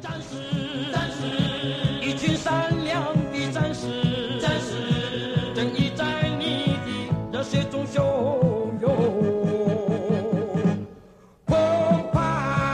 战士，战士，一群善良的战士，战士，正义在你的热血中汹涌澎湃。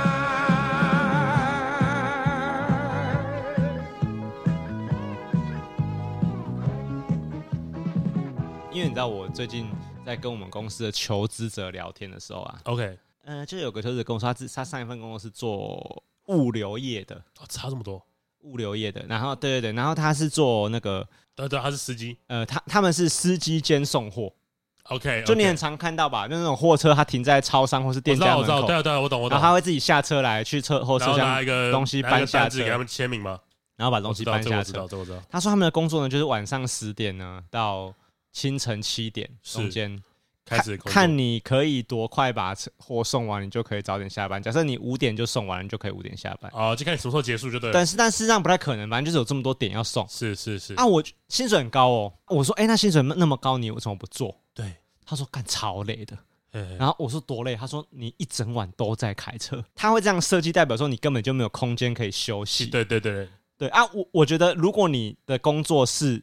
因为你知道，我最近在跟我们公司的求职者聊天的时候啊 ，OK， 就有个求职者跟我说，他上一份工作是做物流业的， 差这么多， 物流业的，然后对，然后他是做那个， 对，他是司机他们是司机兼送货。 ，OK， 就你很常看到吧，就那种货车，它停在超商或是店家门口， 对，我懂。 然后他会自己下车来去后车厢拿一个东西搬下车， 给他们签名吗？ 然后把东西搬下车。 这我知道。 他说他们的工作呢，就是晚上10点呢到清晨7点中间开始看你可以多快把货送完，你就可以早点下班。假设你5点就送完了，你就可以5点下班。 就看你什么时候结束就对了。 但事实上不太可能，反正就是有这么多点要送。 是啊，我薪水很高哦。我说，那薪水那么高，你为什么不做？ 对， 他说干超累的。然后我说多累？他说你一整晚都在开车。他会这样设计，代表说你根本就没有空间可以休息。对啊，我觉得如果你的工作是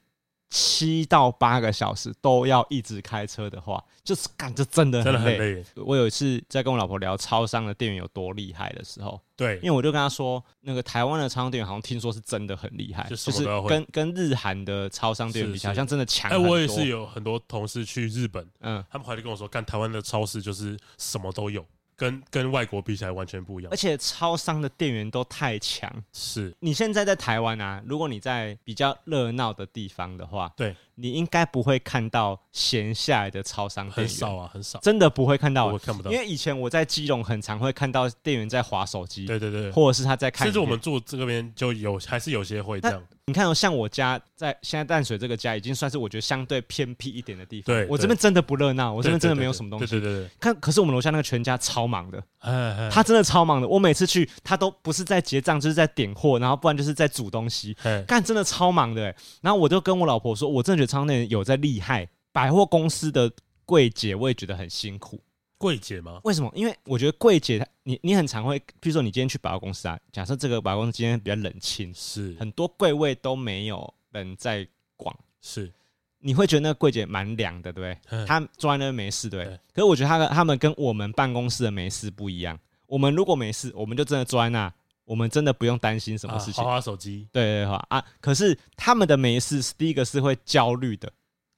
7到8个小时都要一直开车的话，就是就真的很累。我有一次在跟我老婆聊超商的店员有多厉害的时候， 对， 因为我就跟她说，那个台湾的超商店员好像听说是真的很厉害，就是跟日韩的超商店员比起来，好像真的强很多。 我也是有很多同事去日本，他们回来跟我说，干台湾的超市就是什么都有。跟外国比起来完全不一样， 而且超商的店员都太强。 是你现在在台湾啊，如果你在比较热闹的地方的话， 对， 你应该不会看到闲下来的超商店员， 很少， 真的不会看到， 我看不到。 因为以前我在基隆很常会看到店员在滑手机， 对， 或者是他在看， 甚至我们住这边就还是有些会这样。 你看像我家现在淡水这个家，已经算是我觉得相对偏僻一点的地方。 对， 我这边真的不热闹，我这边真的没有什么东西。 对。 可是我们楼下那个全家超忙的，他真的超忙的。我每次去，他都不是在结账，就是在点货，然后不然就是在煮东西。干真的超忙的。然后我就跟我老婆说，我真的觉得超商店有在厉害。百货公司的柜姐，我也觉得很辛苦。 柜姐吗？ 为什么？因为我觉得柜姐，你很常会，譬如说你今天去百货公司啊，假设这个百货公司今天比较冷清， 是很多柜位都没有人在逛， 是你会觉得那个柜姐蛮凉的，对不对？他坐在那边没事，对不对？可是我觉得他们跟我们办公室的没事不一样。我们如果没事，我们就真的坐在那，我们真的不用担心什么事情， 滑手机。 对可是他们的没事，第一个是会焦虑的。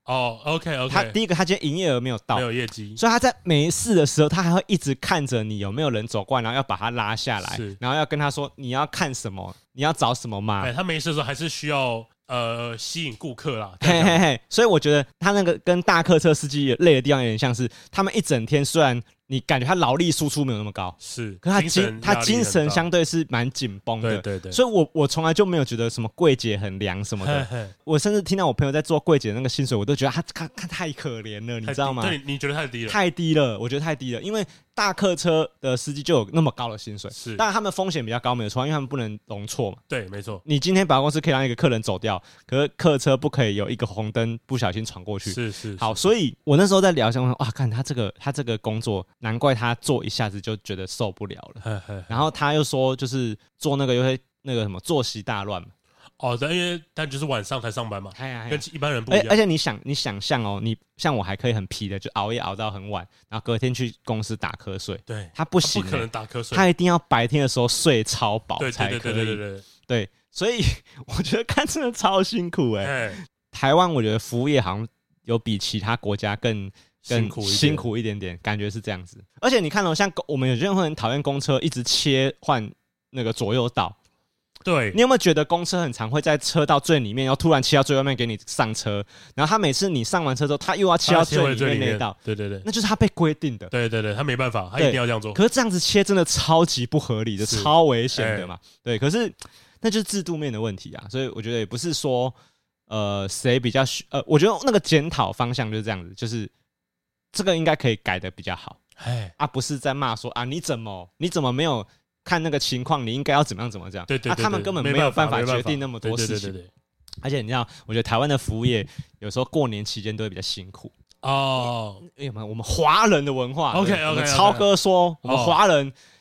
OK， 他第一个，他今天营业额没有到， 没有业绩， 所以他在没事的时候，他还会一直看着你有没有人走过来，然后要把他拉下来，然后要跟他说你要看什么，你要找什么吗？ 他没事的时候还是需要吸引顾客啦。 所以我觉得他那个跟大客车司机累的地方有点像是，他们一整天虽然你感觉他劳力输出没有那么高， 是， 可是他精神相对是蛮紧绷的， 对， 所以我从来就没有觉得什么柜姐很凉什么的，我甚至听到我朋友在做柜姐的那个薪水，我都觉得他太可怜了，你知道吗？ 对，你觉得太低了？ 太低了，我觉得太低了，因为大客车的司机就有那么高的薪水， 是， 当然他们风险比较高，没有错，因为他们不能容错嘛。 对，没错。 你今天百货公司可以让一个客人走掉，可是客车不可以有一个红灯不小心闯过去。 是。好， 所以我那时候在聊，想说哇，看他这个工作，难怪他做一下子就觉得受不了了。然后他又说，就是做那个又会那个什么作息大乱嘛。 对，因为他就是晚上才上班嘛，跟一般人不一样。 而且你想象哦，你像我还可以很皮的，就熬夜熬到很晚，然后隔天去公司打瞌睡。 对， 他不行， 不可能打瞌睡， 他一定要白天的时候睡超饱才可以。对，所以我觉得看真的超辛苦台湾我觉得服务业好像有比其他国家更辛苦一点点，感觉是这样子。而且你看像我们有些人会很讨厌公车一直切换那个左右道。 对， 你有没有觉得公车很常会在车道最里面，然后突然切到最外面给你上车，然后他每次你上完车之后，他又要切到最里面那一道， 对， 那就是他被规定的， 对，他没办法，他一定要这样做。 可是这样子切真的超级不合理的，超危险的嘛，对。可是那就是制度面的问题啊，所以我觉得也不是说谁比较我觉得那个检讨方向就是这样子，就是这个应该可以改得比较好，不是在骂说你怎么没有看那个情况，你应该要怎么样这样？ 对， 他们根本没有办法决定那么多事情。而且你知道，我觉得台湾的服务业有时候过年期间都会比较辛苦哦。 我们华人的文化 ，OK， 超哥说我们华人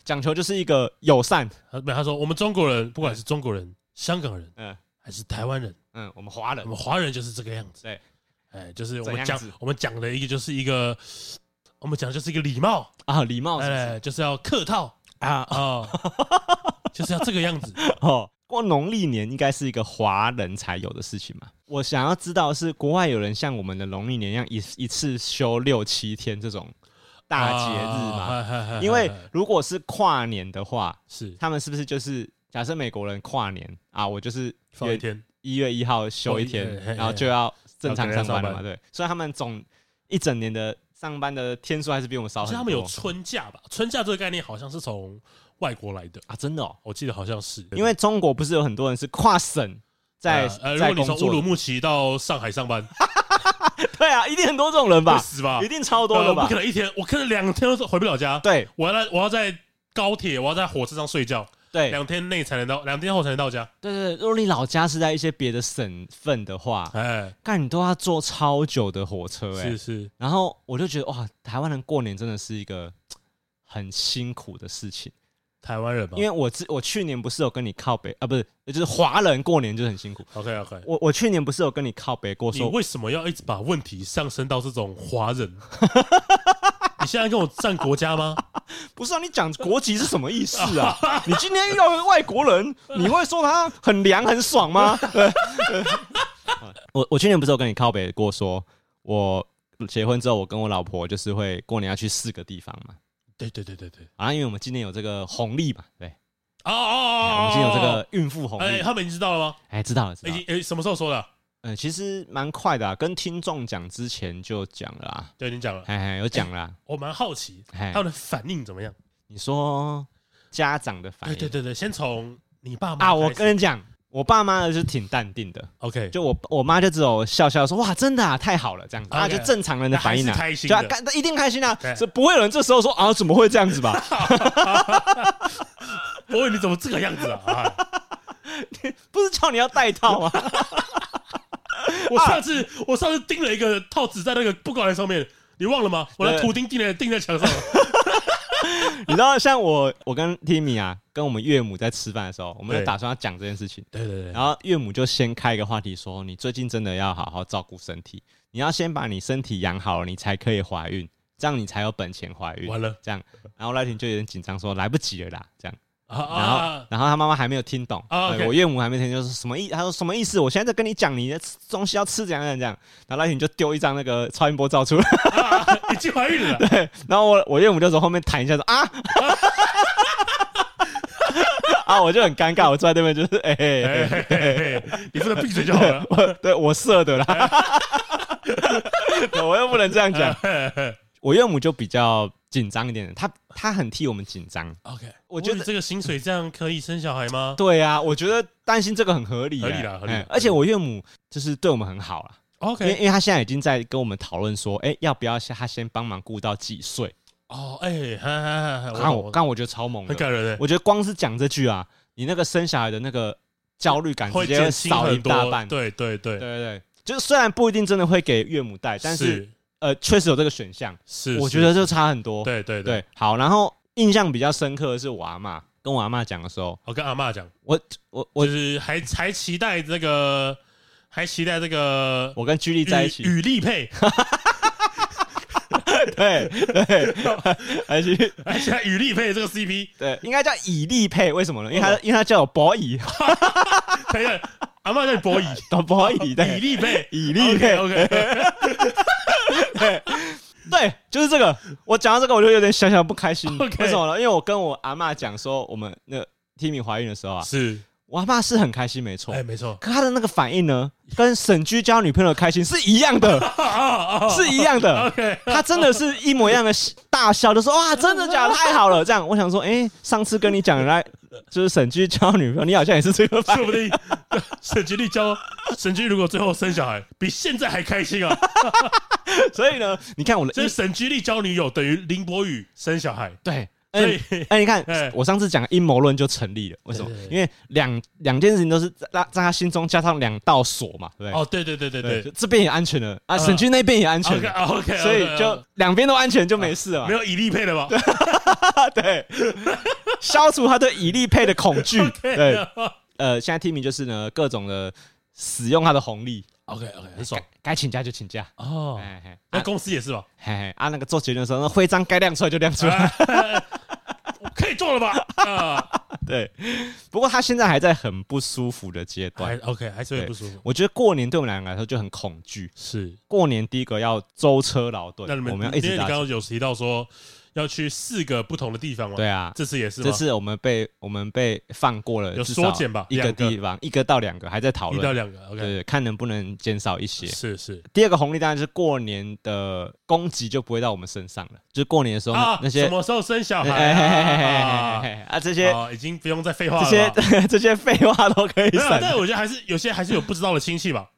讲求就是一个友善。 他说我们中国人，不管是中国人、香港人，还是台湾人， 我们华人就是这个样子。 对， 就是我们讲的一个就是一个，我们讲的就是一个礼貌啊，礼貌就是要客套就是要这个样子过农历年应该是一个华人才有的事情嘛。我想要知道的是，国外有人像我们的农历年一样一次休6-7天这种大节日嘛？因为如果是跨年的话，他们是不是就是假设美国人跨年啊，我就是放一天 ，1月1号休一天，然后就要正常上班了嘛？对，所以他们总一整年的上班的天数还是比我们少很多。 他们有春假吧？春假这个概念好像是从外国来的啊，真的我记得好像是， 因为中国不是有很多人是跨省在如果你从乌鲁木齐到上海上班， 对啊，一定很多这种人吧？ 会死吧？ 一定超多的吧？ 不可能一天，我可能2天都回不了家。 对， 我要在高铁，我要在火车上睡觉。 对 ，2天内才能到，2天后才能到家。 对，如果你老家是在一些别的省份的话，干你都要坐超久的火车， 是。 然后我就觉得哇，台湾人过年真的是一个很辛苦的事情。 台湾人吧， 因为我去年不是有跟你靠北啊，不是，就是华人过年就很辛苦。 OK， 我去年不是有跟你靠北过说， 你为什么要一直把问题上升到这种华人？你现在跟我站国家吗？ 不是啊，你讲国籍是什么意思啊？你今天遇到个外国人，你会说他很凉很爽吗？我去年不是有跟你靠北过说，我结婚之后，我跟我老婆就是会过年要去4个地方嘛。 对啊，因为我们今年有这个红利嘛，对。 我们今年有这个孕妇红利。 他们已经知道了吗？ 知道了。 什么时候说的？ 其实蛮快的跟听众讲之前就讲了啊。 对，你讲了。 有讲啦。 我蛮好奇，他们的反应怎么样？ 你说家长的反应？ 对，先从你爸妈啊，我跟你讲。我爸妈呢就挺淡定的 ，OK， 就我妈就只有笑笑说哇真的啊太好了这样子，就正常人的反应啊， 开心就一定开心啊，是不会有人这时候说啊怎么会这样子吧？ 我问你怎么这个样子啊？ 不是叫你要戴套吗？ 我上次钉了一个套子在那个布告栏上面，你忘了吗？我的图钉钉在墙上。 你知道，像我跟 Timmy 啊，跟我们岳母在吃饭的时候，我们就打算要讲这件事情。 对。 然后岳母就先开一个话题说：“你最近真的要好好照顾身体，你要先把你身体养好了，你才可以怀孕，这样你才有本钱怀孕。” 完了， 这样，然后赖婷就有点紧张说：“来不及了啦。”这样。然后他妈妈还没有听懂，我岳母还没听，就是什么意？他说什么意思？我现在在跟你讲，你的东西要吃怎样。然后赖婷就丢一张那个超音波照出来， 已经怀孕了。 对，然后我岳母就从后面弹一下说我就很尴尬，我坐在对面就是你不能闭嘴就好了。 对我射的啦，我又不能这样讲。我岳母就比较紧张一点，他很替我们紧张。 OK， 我觉得这个薪水这样可以生小孩吗？ 对啊，我觉得担心这个很合理，合理啦。而且我岳母就是对我们很好啦。 OK， 因为他现在已经在跟我们讨论说，要不要他先帮忙顾到几岁？刚我觉得超猛的， 很感人。 我觉得光是讲这句啊，你那个生小孩的那个焦虑感直接会少一大半。 对， 就是虽然不一定真的会给岳母带，但是确实有这个选项，我觉得就差很多。 对。 好，然后印象比较深刻的是我阿嬷跟我阿嬷讲的时候， 我跟阿嬷讲， 我就是还期待这个， 我跟居力在一起， 与力配。 对，还期待与力配这个 CP， 对，应该叫以力配，为什么呢？因为他叫我博乙。 等一下，阿嬷叫你博乙， 博乙，对，以力配 ，OK， 对，就是这个。我讲到这个，我就有点小小不开心。 Okay. 为什么呢？因为我跟我阿嬷讲说，我们那个 Timmy 怀孕的时候啊， 是我阿嬷是很开心，没错， 没错。 可她的那个反应呢，跟沈居交女朋友的开心是一样的，是一样的。 OK， 她真的是一模一样的大笑，就说哇，真的假的？太好了！这样，我想说，上次跟你讲来。就是沈居交女朋友，你好像也是这个反应， 说不定沈居如果最后生小孩，比现在还开心啊！ 所以呢，你看我的， 就是沈居力交女友等于林博宇生小孩， 对， 所以你看，我上次讲阴谋论就成立了，为什么？因为两件事情都是让他心中加上2道锁嘛，对不对？ 哦，对， 这边也安全了啊，省区那边也安全了 ，OK， 所以就两边都安全就没事了嘛。 没有以利配的吧？ 对，消除他对以利配的恐惧。对，现在 Timmy 就是呢各种的使用他的红利。 OK， 很爽， 该请假就请假哦。那公司也是吧？ 那个做决定的时候，那徽章该亮出来就亮出来， 可以做了吧？ 对。不过他现在还在很不舒服的阶段。 OK， 还是会不舒服。 我觉得过年对我们两个来说就很恐惧。 是过年第一个要舟车劳顿，我们要一直。 因为你刚刚有提到说要去4个不同的地方嘛？ 对啊， 这次也是吗？ 这次我们被放过了， 有缩减吧？ 一个地方1个到2个还在讨论，1 到2个 ，OK， 对，看能不能减少一些。 是。 第二个红利当然是过年的攻击就不会到我们身上了，就是过年的时候那些什么时候生小孩这些已经不用再废话了， 这些废话都可以省。 但我觉得有些还是有不知道的亲戚吧。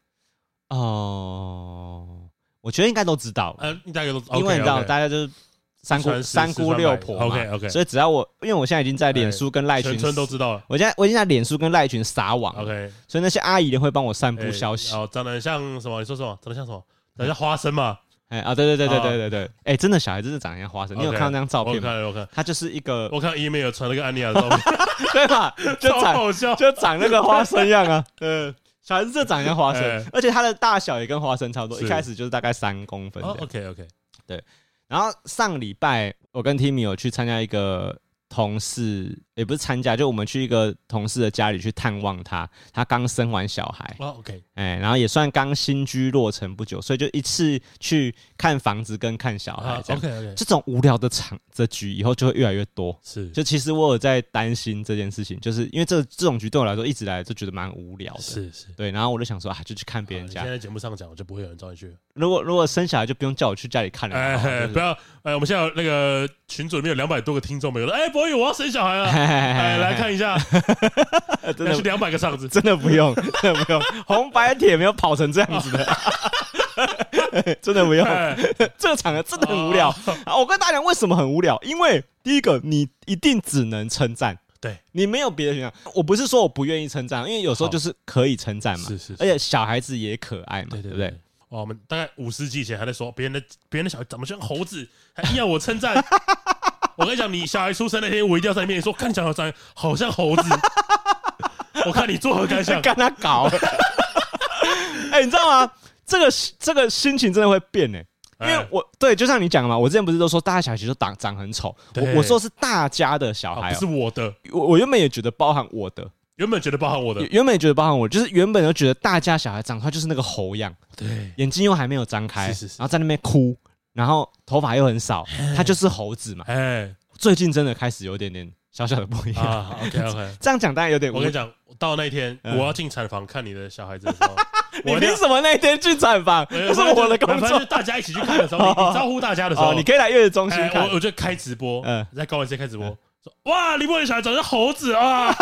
我觉得应该都知道， 大概都， 因为你知道大家就是。三姑六婆嘛 ，OK， 所以只要因为我现在已经在脸书跟赖群， 全村都知道了。 我已经在脸书跟赖群撒网 ，OK， 所以那些阿姨会帮我散布消息。 长得像什么？你说什么？长得像什么？长得像花生嘛？ 对，真的小孩真的长得像花生。你有看到那张照片吗？ 我看， 他就是一个， 我看email传那个安妮亚的照片， 对吧？ 超好笑， 就长那个花生样啊。小孩子这长得像花生，而且它的大小也跟花生差不多。一开始就是大概3公分。 OK， 对。然后上礼拜我跟 Timmy 有去参加一个同事，也不是参加，就我们去一个同事的家里去探望他刚生完小孩 ，OK， 然后也算刚新居落成不久，所以就一次去看房子跟看小孩这样。 OK， 这种无聊的局以后就会越来越多。 是， 就其实我有在担心这件事情，就是因为这种局对我来说一直来就觉得蛮无聊的。 是， 对，然后我就想说就去看别人家。 现在节目上讲，我就不会有人找你去。 如果生小孩就不用叫我去家里看了。 不要，我们现在有那个群组里面有200多个听众朋友说，博宇我要生小孩了，来看一下，真的是200个场子， 真的不用，红白帖没有跑成这样子的。真的不用，这个场合真的很无聊。我跟大家讲为什么很无聊，因为第一个你一定只能称赞， 对， 你没有别的选项。我不是说我不愿意称赞，因为有时候就是可以称赞嘛， 是， 而且小孩子也可爱嘛，对不对？ 我们大概5世纪前还在说别人的小孩长得像猴子，还硬要我称赞。我跟你讲，你小孩出生那天，我一定要在你面前说，看你小孩长得好像猴子，我看你作何感想？ 跟他搞，你知道吗？这个心情真的会变因为就像你讲的嘛，我之前不是都说大家小孩其实都长很丑，我说是大家的小孩， 不是我的。 我原本也觉得包含我的。 原本觉得包含我的， 就是原本就觉得大家小孩长出来就是那个猴样， 对， 眼睛又还没有张开， 是， 然后在那边哭，然后头发又很少，他就是猴子嘛。最近真的开始有点小小的不一样。 OK， 这样讲当然有点。 我跟你讲，到那一天我要进产房看你的小孩子的时候， 你凭什么那一天进产房？这是我的工作。 大家一起去看的时候，你招呼大家的时候， 你可以来月子中心看。 我就开直播，在高文街开直播。哇，李博宇小孩长得像猴子啊！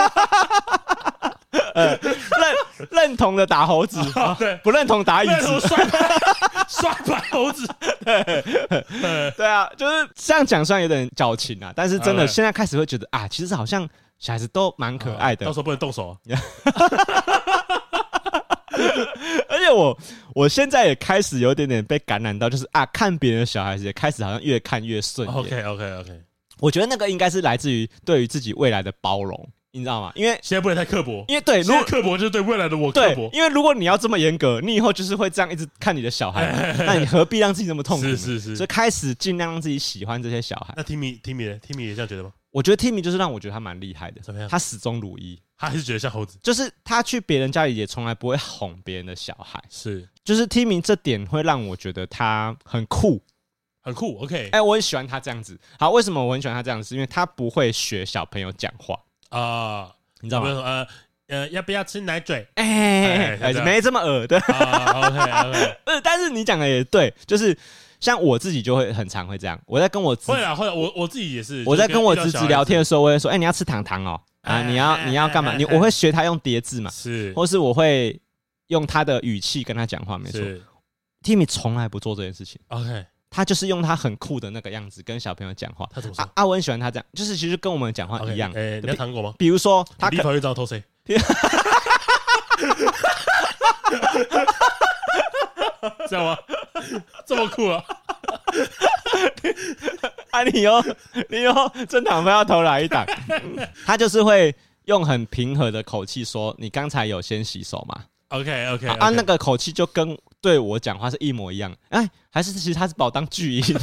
认同的打猴子， 对， 不认同打椅子， 刷白猴子。 对啊，就是这样讲，虽然有点矫情啊，但是真的现在开始会觉得其实好像小孩子都蛮可爱的。 到时候不能动手。 而且我现在也开始有点被感染到，就是看别人的小孩子也开始好像越看越顺眼。 OK。 我觉得那个应该是来自于对于自己未来的包容，你知道吗？因为现在不能太刻薄， 因为对， 如果刻薄就是对未来的我刻薄。 因为如果你要这么严格，你以后就是会这样一直看你的小孩，那你何必让自己这么痛苦？ 是， 所以开始尽量让自己喜欢这些小孩。 那 Timmy 也这样觉得吗？ 我觉得 Timmy 就是让我觉得他蛮厉害的， 怎么样？ 他始终如一， 他还是觉得像猴子， 就是他去别人家里也从来不会哄别人的小孩， 是， 就是 Timmy 这点会让我觉得他很酷。 OK， 我很喜欢他这样子。好，为什么我很喜欢他这样子？因为他不会学小朋友讲话你知道吗？ 要不要吃奶嘴？ 没这么恶的。 OK， 但是你讲的也对，就是像我自己就会很常会这样。我在跟我会我自己也是。 我在跟我侄子聊天的时候，我会说：“你要吃糖哦，你要干嘛？”我会学他用叠字嘛， 是， 或是我会用他的语气跟他讲话，没错。Timmy 从来不做这件事情。 OK。 他就是用他很酷的那个样子跟小朋友讲话。 他怎么说？ 我很喜欢他这样，就是其实跟我们讲话一样。 你要糖果吗？ 比如说他立法院长偷谁？这样吗？这么酷啊！ 你又正常分要投哪一档？他就是会用很平和的口气说：“你刚才有先洗手吗 ？”OK， 那个口气就跟对我讲话是一模一样。还是其实他是把我当巨婴。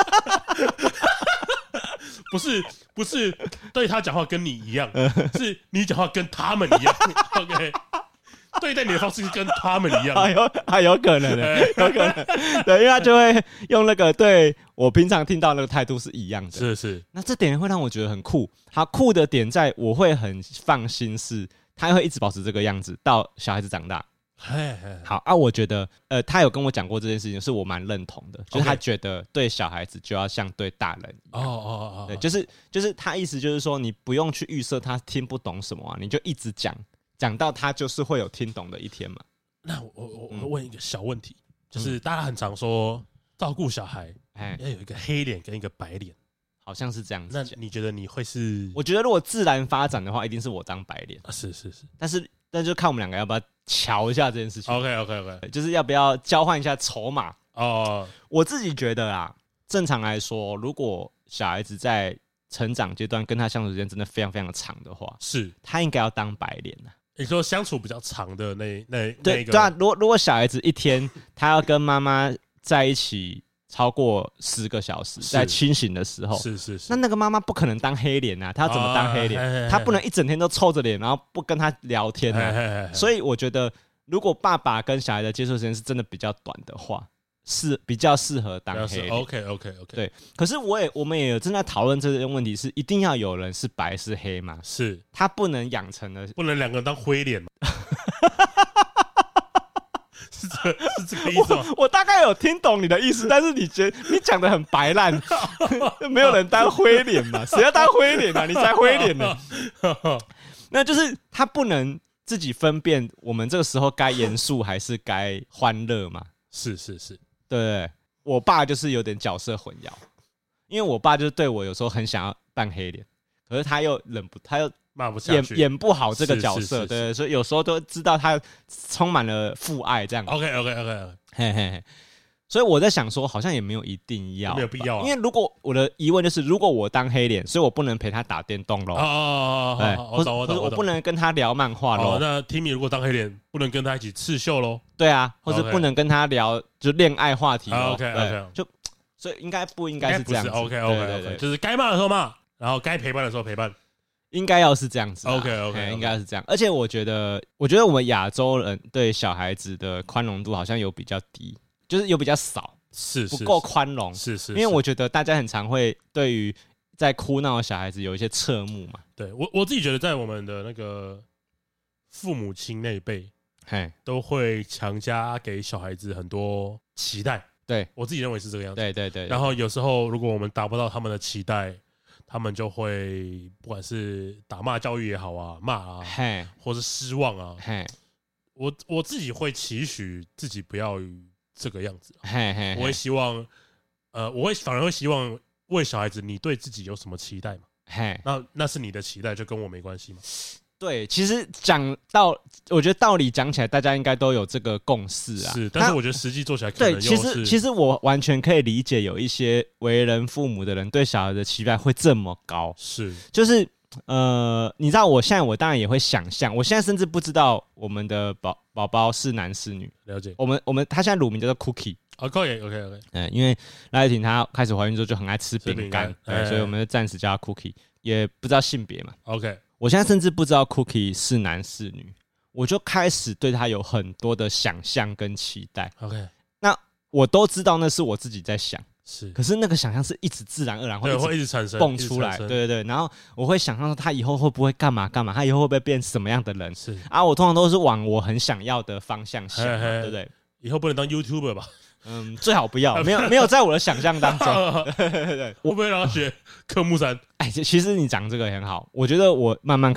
不是，对他讲话跟你一样，是你讲话跟他们一样。OK。对待你的方式跟他们一样， 还有可能的，有可能，对，因为他就会用那个对我平常听到那个态度是一样的， 是。 那这点会让我觉得很酷。他酷的点在我会很放心，是他会一直保持这个样子到小孩子长大。好我觉得他有跟我讲过这件事情，是我蛮认同的，就是他觉得对小孩子就要像对大人一样。对，就是他意思就是说，你不用去预设他听不懂什么你就一直讲到他就是会有听懂的一天嘛。 那我问一个小问题，就是大家很常说照顾小孩要有一个黑脸跟一个白脸， 好像是这样子。 那你觉得你会是？ 我觉得如果自然发展的话，一定是我当白脸。 是。 但就看我们两个要不要瞧一下这件事情。 OK， 就是要不要交换一下筹码。我自己觉得正常来说，如果小孩子在成长阶段跟他相处时间真的非常非常的长的话， 是他应该要当白脸。 你说相处比较长的那对个，对如果小孩子一天他要跟妈妈在一起超过10个小时，在清醒的时候， 是， 那个妈妈不可能当黑脸他要怎么当黑脸？他不能一整天都臭着脸，然后不跟他聊天所以我觉得，如果爸爸跟小孩的接触时间是真的比较短的话，是比较适合当黑脸。 OK。 对，可是我们也有正在讨论这个问题，是一定要有人是白是黑吗？ 是， 他不能养成了， 不能两个人当灰脸吗？是这个意思吗？ 我大概有听懂你的意思，但是你讲的很白烂，没有人当灰脸嘛？谁要当灰脸你才灰脸呢？那就是他不能自己分辨我们这个时候该严肃还是该欢乐嘛？ 是。 对，我爸就是有点角色混淆，因为我爸就是对我有时候很想要扮黑脸，可是他又他又骂不下去， 演不好这个角色，对，所以有时候都知道他充满了父爱这样。 OK， 所以我在想说，好像也没有一定要， 没有必要因为如果我的疑问就是，如果我当黑脸，所以我不能陪他打电动咯。 我懂， 我不能跟他聊漫画咯。 那 Timmy 如果当黑脸，不能跟他一起刺绣咯。 对啊，或者不能跟他聊就恋爱话题咯。 OK， 所以不应该是这样子。 OK， 就是该骂的时候骂，然后该陪伴的时候陪伴。 应该要是这样子。 OK， 应该是这样。而且我觉得我们亚洲人对小孩子的宽容度好像有比较低，就是有比较少，不够宽容。 是， 因为我觉得大家很常会对于在哭闹的小孩子有一些侧目嘛。 对，我自己觉得，在我们的那个父母亲那一辈，都会强加给小孩子很多期待。对，我自己认为是这个样子。对。然后有时候如果我们达不到他们的期待，他们就会不管是打骂教育也好骂或是失望我自己会期许自己不要这个样子。我会希望，反而会希望为小孩子，你对自己有什么期待嘛？那是你的期待，就跟我没关系嘛。 对，其实我觉得道理讲起来，大家应该都有这个共识啊。是， 但是我觉得实际做起来可能又是…… 其实我完全可以理解，有一些为人父母的人对小孩的期待会这么高。 是， 就是你知道，我当然也会想象，我现在甚至不知道我们的宝宝是男是女。 了解。 他现在乳名叫做 Cookie。OK。因为赖玉婷她开始怀孕之后就很爱吃饼干，所以我们就暂时叫她 Cookie， 也不知道性别嘛。 OK。 我现在甚至不知道 Cookie 是男是女，我就开始对他有很多的想象跟期待。 OK， 那我都知道那是我自己在想， 是， 可是那个想象是一直自然而然会一直产生蹦出来，对。然后我会想象说他以后会不会干嘛，他以后会不会变什么样的人？ 是啊，我通常都是往我很想要的方向想，对不对？ 以后不能当 YouTuber 吧？ 最好不要，没有在我的想象当中。对， 我不会让他学科目3。 其实你讲这个很好，我觉得我慢慢可以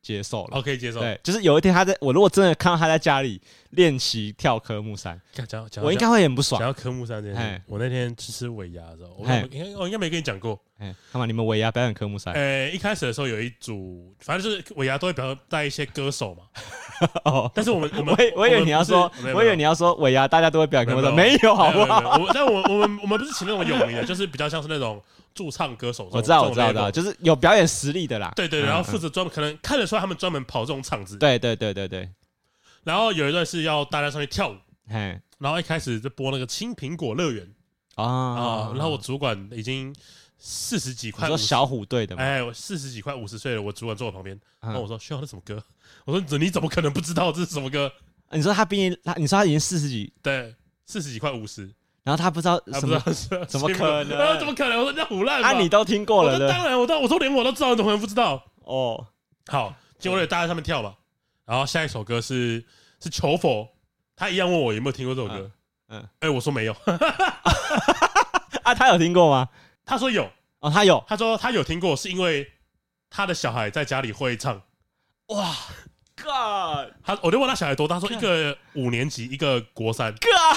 接受了。 可以接受。 对，就是有一天我如果真的看到他在家里练习跳科目三，我应该会很不爽。 讲到科目三这件事，我那天去吃尾牙的时候，我应该没跟你讲过。 干嘛？你们尾牙表演科目三？ 一开始的时候有一组，反正就是尾牙都会带一些歌手嘛。但是我以为你要说尾牙大家都会表演科目三，没有好不好？ 但我们不是请那种有名的，就是比较像是那种驻唱歌手。 我知道，就是有表演实力的啦。 对，然后负责可能看得出来他们专门跑这种场子。 对。 然后有一段是要大家上去跳舞，然后一开始就播那个青苹果乐园啊，然后我主管已经40几快， 你说小虎队的吗？ 我40几快50岁了，我主管坐我旁边，然后我说：“需要那什么歌？”我说：“你怎么可能不知道这是什么歌？” 你说他你说他已经40几， 对，40几快50， 然后他不知道什么，怎么可能？ 怎么可能？我说你在胡乱吧？ 你都听过了？ 当然，我说连我都知道，你怎么可能不知道？ 哦， 好，结果大家在上面跳嘛，然后下一首歌是求佛，他一样问我有没有听过这首歌，我说没有， 他有听过吗？ 他说有。 他有， 他说他有听过，是因为他的小孩在家里会唱。 哇 ，God！ 我就问他小孩多大，他说一个5年级，一个国3。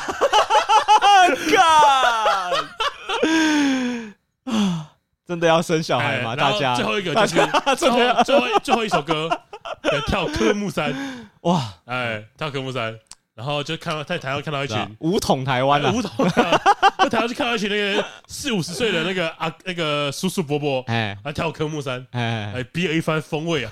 God！ 真的要生小孩吗？大家最后一个就是最后一首歌，跳科目三。哇，跳科目三。然后就看到在台上看到一群武统台湾武统，在台上就看到一群那个40-50岁的那个叔叔伯伯，来跳科目三，别有一番风味啊。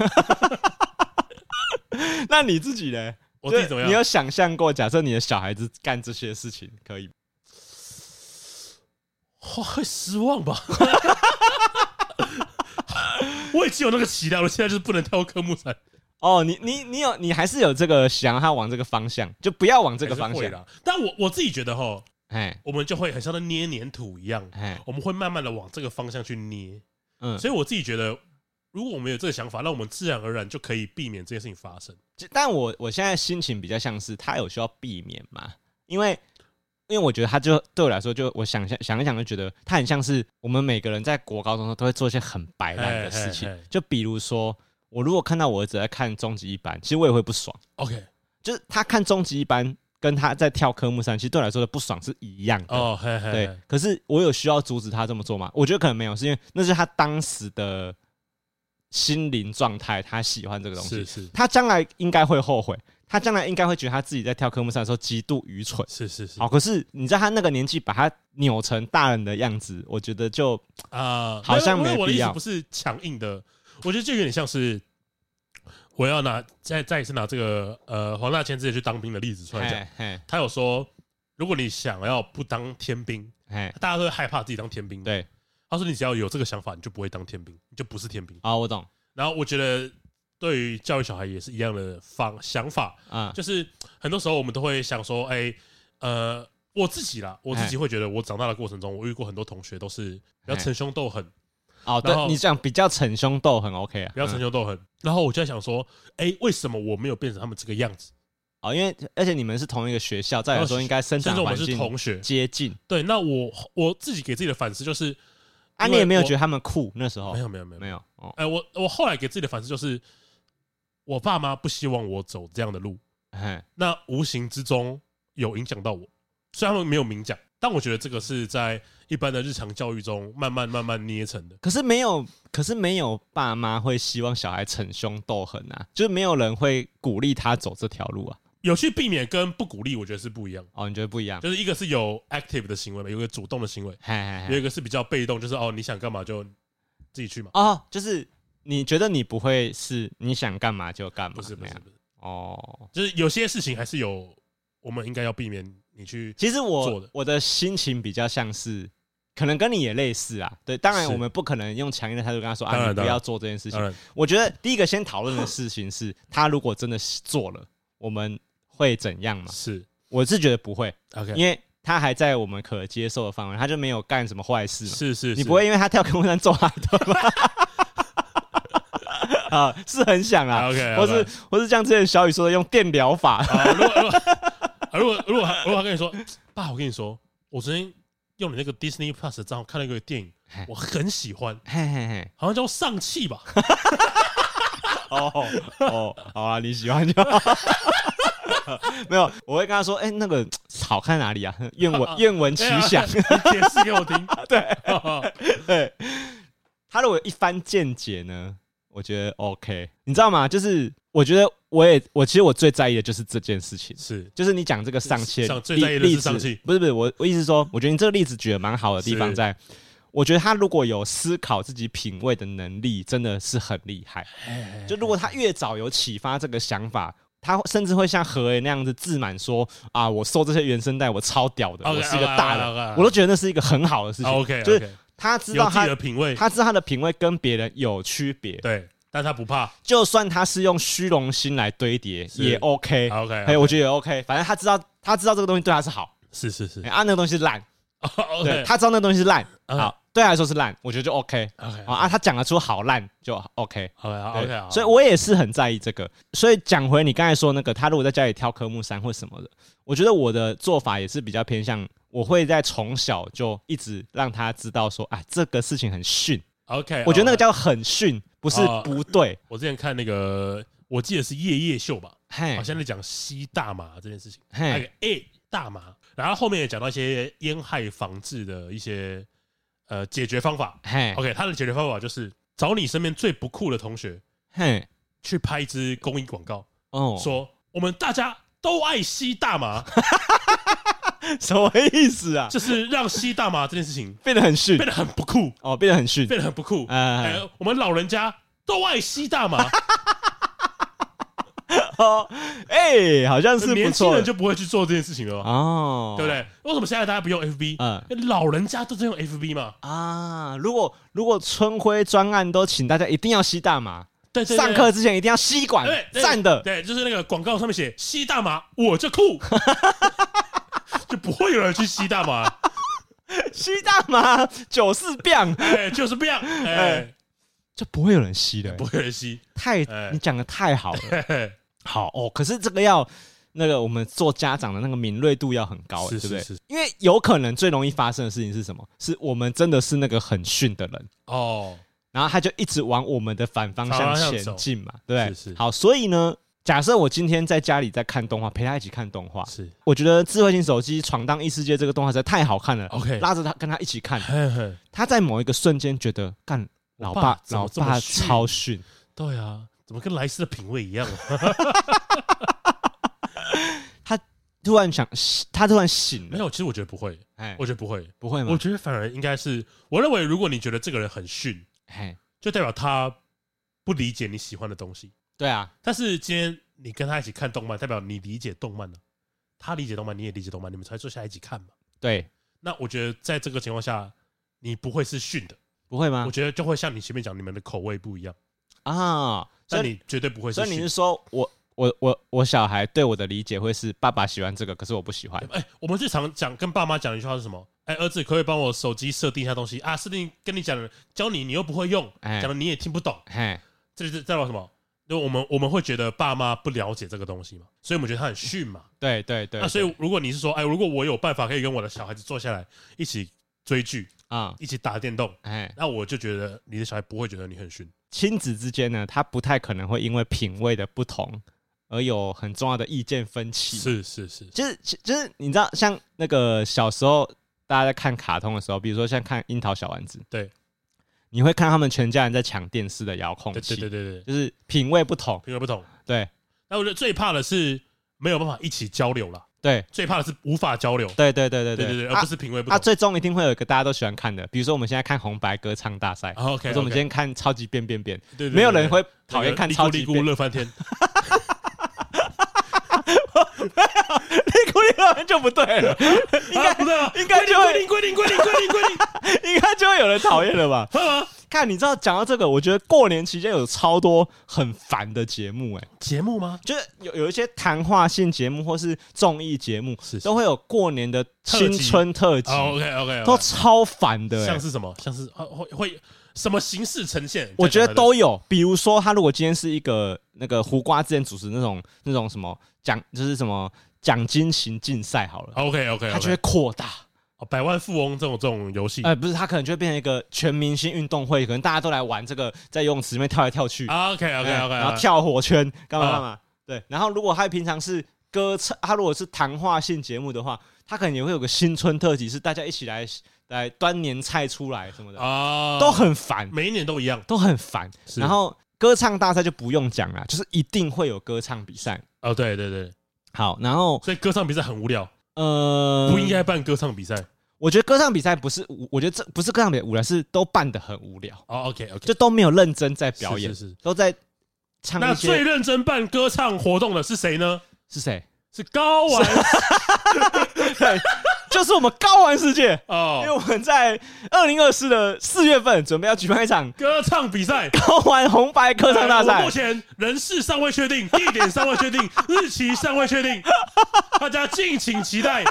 那你自己呢？ 我自己怎么样？ 你有想象过，假设你的小孩子干这些事情，可以吗？ 会失望吧？我已经有那个期待了，现在就是不能跳科目三。 你还是有这个想要他往这个方向，就不要往这个方向啦。但我自己觉得我们就会很像在捏黏土一样，我们会慢慢的往这个方向去捏。所以我自己觉得，如果我们有这个想法，那我们自然而然就可以避免这件事情发生。 但我现在心情比较像是，他有需要避免嘛？因为我觉得他就对我来说，就我想一想就觉得他很像是我们每个人在国高中的时候都会做一些很白烂的事情，就比如说。我如果看到我儿子在看终极一班，其实我也会不爽。 OK， 就是他看终极一班跟他在跳科目三，其实对我来说的不爽是一样的。对。可是我有需要阻止他这么做吗？我觉得可能没有，是因为那是他当时的心灵状态，他喜欢这个东西。 是。 他将来应该会后悔，他将来应该会觉得他自己在跳科目三的时候极度愚蠢。 是。 好，可是你在他那个年纪把他扭成大人的样子，我觉得就好像没必要。 我的意思不是强硬的。我觉得这有点像是我要再一次拿这个黄大千之前去当兵的例子出来讲。他有说，如果你想要不当天兵，大家都会害怕自己当天兵。 对， 他说你只要有这个想法，你就不会当天兵，你就不是天兵。 我懂。 然后我觉得对于教育小孩也是一样的想法就是很多时候我们都会想说，我自己会觉得我长大的过程中，我遇过很多同学都是比较逞凶斗狠。 对，你讲比较逞凶斗狠 OK 啊， 比较逞凶斗狠。然后我就在想说，为什么我没有变成他们这个样子？ 因为而且你们是同一个学校，再来说应该生长环境甚至我们是同学接近。 对，那我自己给自己的反思就是， 你也没有觉得他们酷那时候？ 没有。我后来给自己的反思就是，我爸妈不希望我走这样的路，那无形之中有影响到我，虽然他们没有明讲。但我觉得这个是在一般的日常教育中慢慢捏成的。可是没有爸妈会希望小孩逞凶斗狠啊，就是没有人会鼓励他走这条路啊。 有去避免跟不鼓励，我觉得是不一样。 你觉得不一样？ 就是一个是有 active 的行为嘛，有一个主动的行为，有一个是比较被动，就是你想干嘛就自己去嘛。 就是你觉得你不会是你想干嘛就干嘛？不是。就是有些事情还是有我们应该要避免。其实我的心情比较像是，可能跟你也类似啊。对，当然我们不可能用强硬的态度跟他说你不要做这件事情。我觉得第一个先讨论的事情是，他如果真的做了，我们会怎样嘛？我是觉得不会 ，OK， 因为他还在我们可接受的范围，他就没有干什么坏事嘛。 是， 你不会因为他跳科目三揍他的吧？是很想啊 ，OK， 或是像之前小雨说的，用电疗法。 如果他跟你说，爸，我跟你说，我昨天用你那个 Disney Plus 的账号看了一个电影，我很喜欢，好像叫《上汽》吧。 好啊，你喜欢就好。没有，我会跟他说，那个好看哪里啊？愿闻其详， 你解释给我听。 对，他如果有一番见解呢，我觉得 OK， 你知道吗？就是我觉得其实我最在意的就是这件事情，就是你讲这个上气最在意的是上气， 不是，我意思是说，我觉得你这个例子举得蛮好的地方在。我觉得他如果有思考自己品味的能力，真的是很厉害。就如果他越早有启发这个想法，他甚至会像何爷那样子自满说啊，我收这些原声带，我超屌的，我是一个大人，我都觉得那是一个很好的事情。就是他知道他的品味，他知道他的品味跟别人有区别， 对，但他不怕， 就算他是用虚荣心来堆叠也 OK， 我觉得也 OK， 反正他知道这个东西对他是好， 是那个东西是烂，对，他知道那个东西是烂，好。对他来说是烂，我觉得就 OK。他讲得出好烂就 OK。所以我也是很在意这个。所以讲回你刚才说那个，他如果在家里挑科目3或什么的，我觉得我的做法也是比较偏向，我会在从小就一直让他知道说，这个事情很逊。我觉得那个叫很逊，不是不对。 我之前看那个，我记得是夜秀吧，好像在讲吸大麻这件事情。那个大麻，然后后面也讲到一些烟害防治的一些。解决方法 ，OK， 他的解决方法就是找你身边最不酷的同学，去拍一支公益广告，说我们大家都爱吸大麻， 什么意思啊？ 就是让吸大麻这件事情变得很逊， 变得很不酷变得很逊， 变得很不酷。我们老人家都爱吸大麻。 好像是不错， 年轻人就不会去做这件事情了对不对？为什么现在大家不用 FB？老人家都在用 FB 嘛。 如果春晖专案都请大家一定要吸大麻， 对， 上课之前一定要吸管，站的， 对，就是那个广告上面写吸大麻我就酷，就不会有人去吸大麻。 吸大麻就是变， 就是变， 就不会有人吸的， 不会有人吸。 你讲的太好了。好可是这个要那个我们做家长的那个敏锐度要很高，对不对？因为有可能最容易发生的事情是什么？是我们真的是那个很逊的人然后他就一直往我们的反方向前进嘛，对不对？好，所以呢，假设我今天在家里在看动画，陪他一起看动画，我觉得智慧型手机闯荡异世界这个动画实在太好看了拉着他跟他一起看，他在某一个瞬间觉得干老爸超逊， 对啊。怎么跟莱斯的品味一样？ 他突然醒了。 没有，其实我觉得不会。我觉得不会吗？ 我觉得反而应该是，我认为如果你觉得这个人很逊，就代表他不理解你喜欢的东西。 对啊。 但是今天你跟他一起看动漫，代表你理解动漫了，他理解动漫，你也理解动漫，你们才坐下来一起看嘛。 对。 那我觉得在这个情况下，你不会是逊的， 不会吗？ 我觉得就会像你前面讲，你们的口味不一样但你绝对不会是。 所以你是说我小孩对我的理解会是爸爸喜欢这个，可是我不喜欢。 我们最常讲跟爸妈讲的一句话是什么？儿子，可不可以帮我手机设定一下东西啊？设定跟你讲的，教你又不会用，讲的你也听不懂。这就是代表什么？因为我们会觉得爸妈不了解这个东西嘛，所以我们觉得他很逊嘛。 对。 那所以如果你是说，如果我有办法可以跟我的小孩子坐下来一起追剧一起打电动，那我就觉得你的小孩不会觉得你很逊。 亲子之间呢，他不太可能会因为品味的不同而有很重要的意见分歧。 是， 就是你知道，像那个小时候大家在看卡通的时候，比如说像看樱桃小丸子， 对， 你会看他们全家人在抢电视的遥控器， 对， 就是品味不同， 对。那我觉得最怕的是没有办法一起交流啦。 对， 最怕的是无法交流。 对， 而不是品味不同。 最终一定会有一个大家都喜欢看的，比如说我们现在看红白歌唱大赛， 或者我们今天看超级变， 对， 没有人会讨厌看超级变，乐翻天。 利咕乐翻就不对了，应该就会规定， 应该就会有人讨厌了吧？看，你知道讲到这个，我觉得过年期间有超多很烦的节目， 节目吗？ 就是有一些谈话性节目或是综艺节目，都会有过年的青春特辑 ，OK， 都超烦的。 像是什么？像是会什么形式呈现？ 我觉得都有。比如说，他如果今天是一个那个胡瓜之前主持那种什么就是什么奖金型竞赛好了 ，OK， 他就会扩大。 百万富翁这种游戏， 不是，它可能就会变成一个全明星运动会，可能大家都来玩这个，在游泳池里面跳来跳去。 OK， 然后跳火圈，干嘛？对，然后如果他平常是歌唱，他如果是谈话性节目的话，他可能也会有个新春特辑，是大家一起来端年菜出来什么的都很烦， 每一年都一样， 都很烦。然后歌唱大赛就不用讲了，就是一定会有歌唱比赛。 对， 好，然后所以歌唱比赛很无聊。不应该办歌唱比赛。 我觉得歌唱比赛不是，我觉得这不是歌唱比赛无聊，是都办得很无聊。 OK， 就都没有认真在表演， 是都在唱一些。 那最认真办歌唱活动的是谁呢？ 是谁？ 是高玩。 对，就是我们高玩世界因为我们在2024的4月份准备要举办一场歌唱比赛， 高玩红白歌唱大赛。 目前人事尚未确定，地点尚未确定，日期尚未确定，大家敬请期待。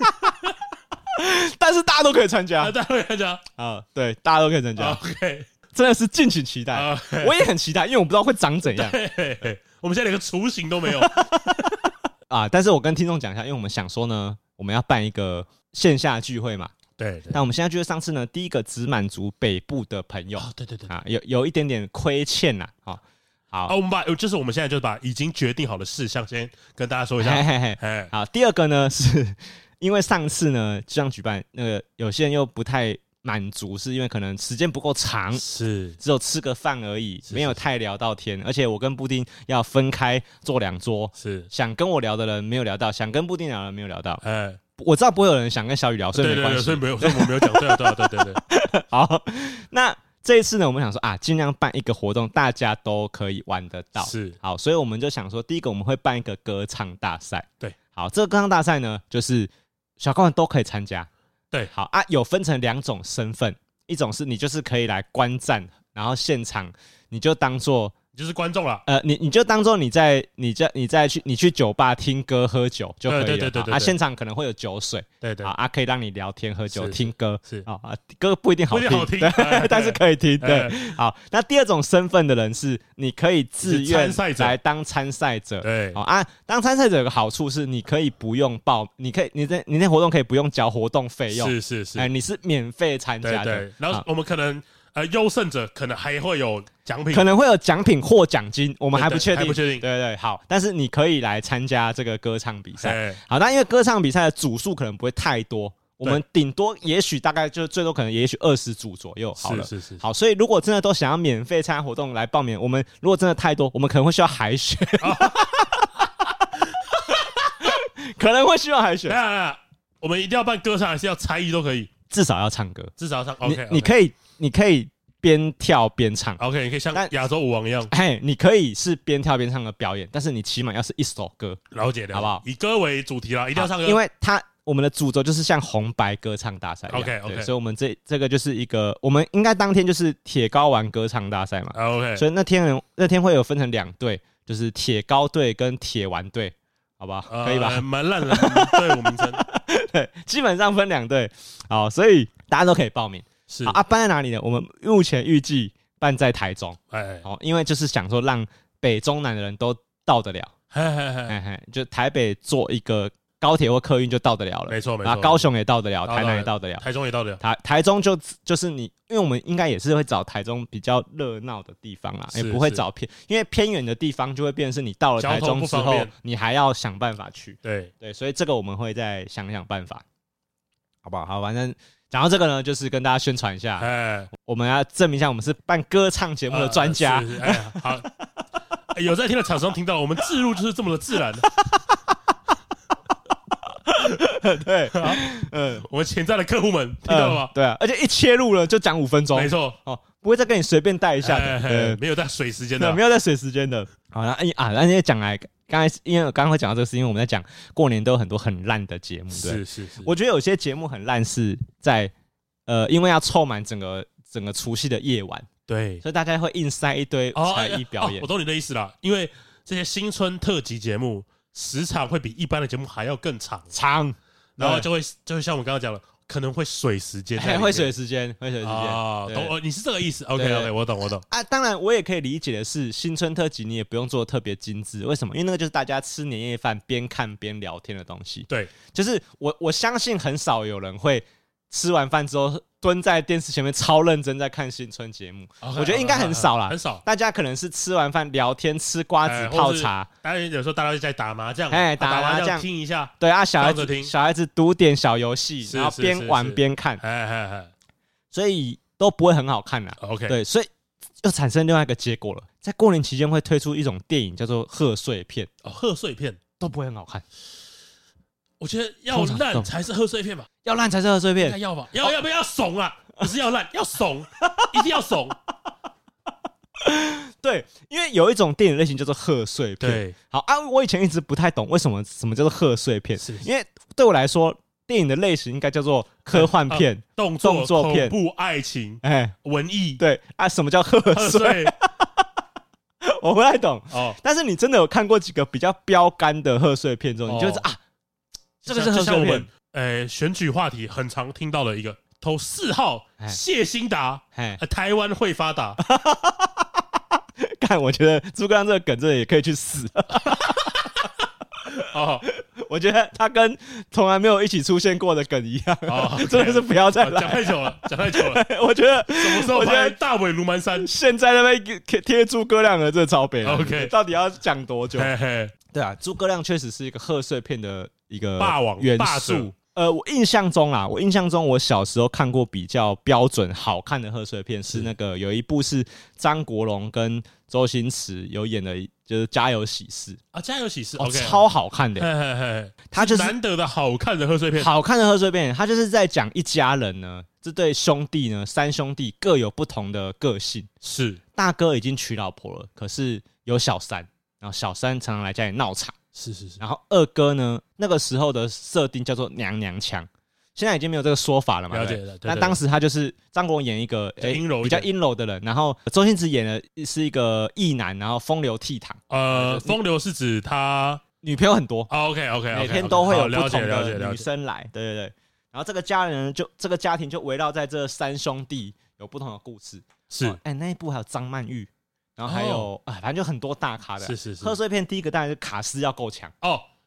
但是大家都可以参加， 大家可以参加对，大家都可以参加。 OK， 真的是敬请期待。我也很期待，因为我不知道会长怎样。 我们现在连个雏形都没有。 但是我跟听众讲一下，因为我们想说呢，我们要办一个线下聚会嘛。 对。 但我们现在聚会上次呢，第一个只满足北部的朋友。 对。 有一点点亏欠呐。好， 我们现在就把已经决定好的事项先跟大家说一下。 好，第二个呢，是因为上次呢这样举办，那个有些人又不太满足，是因为可能时间不够长， 是只有吃个饭而已，没有太聊到天，而且我跟布丁要分开坐2桌， 是想跟我聊的人没有聊到，想跟布丁聊的人没有聊到。我知道不会有人想跟小雨聊，所以没关系， 所以我没有讲。对。 好，那这一次呢，我们想说尽量办一个活动，大家都可以玩得到。 是好，所以我们就想说，第一个我们会办一个歌唱大赛。 对， 好，这个歌唱大赛呢，就是小高玩都可以参加。 对， 好有分成2种身份，一种是你就是可以来观战，然后现场你就当做你就是观众了。 你就当做你去酒吧听歌喝酒就可以了。对。现场可能会有酒水。对。可以让你聊天喝酒听歌。是歌不一定好听，但是可以听。对。好，那第二种身份的人是你可以自愿来当参赛者。 对。 当参赛者有个好处是你可以不用你那活动可以不用交活动费用。 是。 你是免费参加的。 对。然后我们可能优胜者可能还会有奖品， 可能会有奖品或奖金，我们还不确定。 对， 好，但是你可以来参加这个歌唱比赛。好，那因为歌唱比赛的组数可能不会太多，我们顶多也许大概就最多可能也许20组左右好了。 是。 好，所以如果真的都想要免费参加活动来报名，我们如果真的太多，我们可能会需要海选。可能会需要海选。 我们一定要办歌唱还是要才艺都可以？ 至少要唱歌， 至少要唱。OK， 你可以边跳边唱。 OK， 你可以像亚洲舞王一样。 你可以是边跳边唱的表演，但是你起码要是一首歌。 了解， 好不好？ 以歌为主题啦，一定要唱歌。 因为我们的主轴就是像红白歌唱大赛一样。 OK， 所以我们这个就是一个，我们应该当天就是铁高玩歌唱大赛嘛。 OK， 所以那天会有分成2队，就是铁高队跟铁玩队，好不好？可以吧？ 蛮烂的队伍名称。 对，基本上分2队。好，所以大家都可以报名。 是办在哪里呢？我们目前预计办在台中。因为就是想说让北中南的人都到得了。就台北坐一个高铁或客运就到得了了。 没错。 然后高雄也到得了，台南也到得了， 台中也到得了。 台中就是你，因为我们应该也是会找台中比较热闹的地方啦，也不会找因为偏远的地方就会变成是你到了台中之后，你还要想办法去。对，所以这个我们会再想办法，好不好？好，反正讲到这个呢，就是跟大家宣传一下，我们要证明一下我们是办歌唱节目的专家。 好，有在听的厂商听到，我们置入就是这么的自然。 对， 我们潜在的客户们听到了吗？ 对啊，而且一切入了就讲5分钟， 没错。 不会再跟你随便带一下的， 没有在水时间的， 没有在水时间的。好，那因为讲来，因为我刚刚会讲到这个，是因为我们在讲过年都有很多很烂的节目，对， 是。 我觉得有些节目很烂，是在因为要凑满整个除夕的夜晚，对，所以大家会硬塞一堆才艺表演。 我懂你的意思啦，因为这些新春特辑节目时长会比一般的节目还要更长，然后就会像我们刚刚讲的，可能会水时间， 会水时间懂？你是这个意思 ？OK， 我懂啊。当然，我也可以理解的是，新春特辑你也不用做特别精致，为什么？因为那个就是大家吃年夜饭边看边聊天的东西。对，就是我相信很少有人会吃完饭之后蹲在电视前面超认真在看新春节目，我觉得应该很少啦， 很少。 大家可能是吃完饭聊天、吃瓜子、泡茶， 当然有时候大家在打麻将， 打麻将听一下， 对啊，小孩子读点小游戏，然后边玩边看，所以都不会很好看啦。 OK， 对，所以又产生另外一个结果了，在过年期间会推出一种电影叫做贺岁片， 贺岁片都不会很好看。 我觉得要烂才是贺岁片吧， 要烂才是贺岁片， 要吧？要不要怂啊？不是要烂，要怂，一定要怂。 对，因为有一种电影类型叫做贺岁片。 对， 好啊，我以前一直不太懂为什么叫做贺岁片，因为对我来说，电影的类型应该叫做科幻片、 动作片、恐怖、爱情、文艺。 对啊，什么叫贺岁？我不太懂哦。但是你真的有看过几个比较标杆的贺岁片之后，你就知道啊。这个是贺岁片，选举话题很常听到的一个，投4号谢欣达，台湾会发达。 干，我觉得诸葛亮这个梗真的也可以去死。我觉得他跟从来没有一起出现过的梗一样，真的是不要再来讲太久了。 我觉得什么时候拍大尾卢蛮山？ 现在那边贴诸葛亮的这超北了。 OK， 到底要讲多久？对啊，诸葛亮确实是一个贺岁片的一个霸王元素。我印象中我小时候看过比较标准好看的贺岁片，是那个有一部是张国荣跟周星驰有演的，就是《家有喜事》 啊，《家有喜事》 超好看的，他就是难得的好看的贺岁片。 好看的贺岁片，他就是在讲一家人呢，这对兄弟呢，3兄弟各有不同的个性。 是大哥已经娶老婆了，可是有小三，然后小三常常来家里闹场。 是。 然后二哥呢，那个时候的设定叫做娘娘腔，现在已经没有这个说法了嘛？ 了解了。 那当时他就是张国荣演一个比较阴柔的人，然后周星驰演的是一个异男，然后风流倜傥。 风流是指他女朋友很多。 OK， 每天都会有不同的女生来。对。然后这个家庭就围绕在这3兄弟有不同的故事。 是。 那一部还有张曼玉。然后还有反正就很多大咖的。 是。 贺岁片第一个当然是卡斯要够强。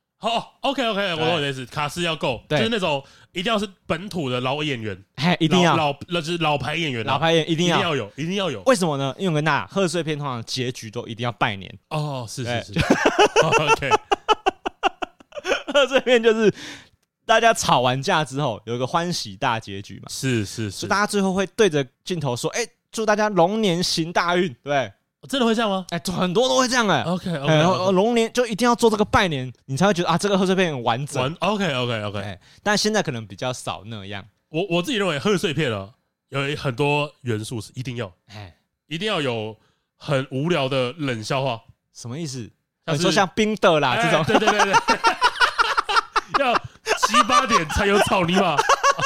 OK， 我懂你的意思，卡斯要够，就是那种一定要是本土的老演员， 一定要就是老牌演员， 一定要有。 为什么呢？因为跟那贺岁片通常结局都一定要拜年。 是。OK， 贺岁片就是大家吵完架之后有一个欢喜大结局嘛。 是。 所以大家最后会对着镜头说：“祝大家龙年行大运。”对。 真的会这样吗？ 很多都会这样 OK， 龙年就一定要做这个拜年，你才会觉得这个贺岁片很完整。 OK， 但现在可能比较少那样。 我自己认为贺岁片有很多元素是一定要有很无聊的冷笑话。 什么意思？你说像冰的啦这种？ 对，要7、8点才有草泥马。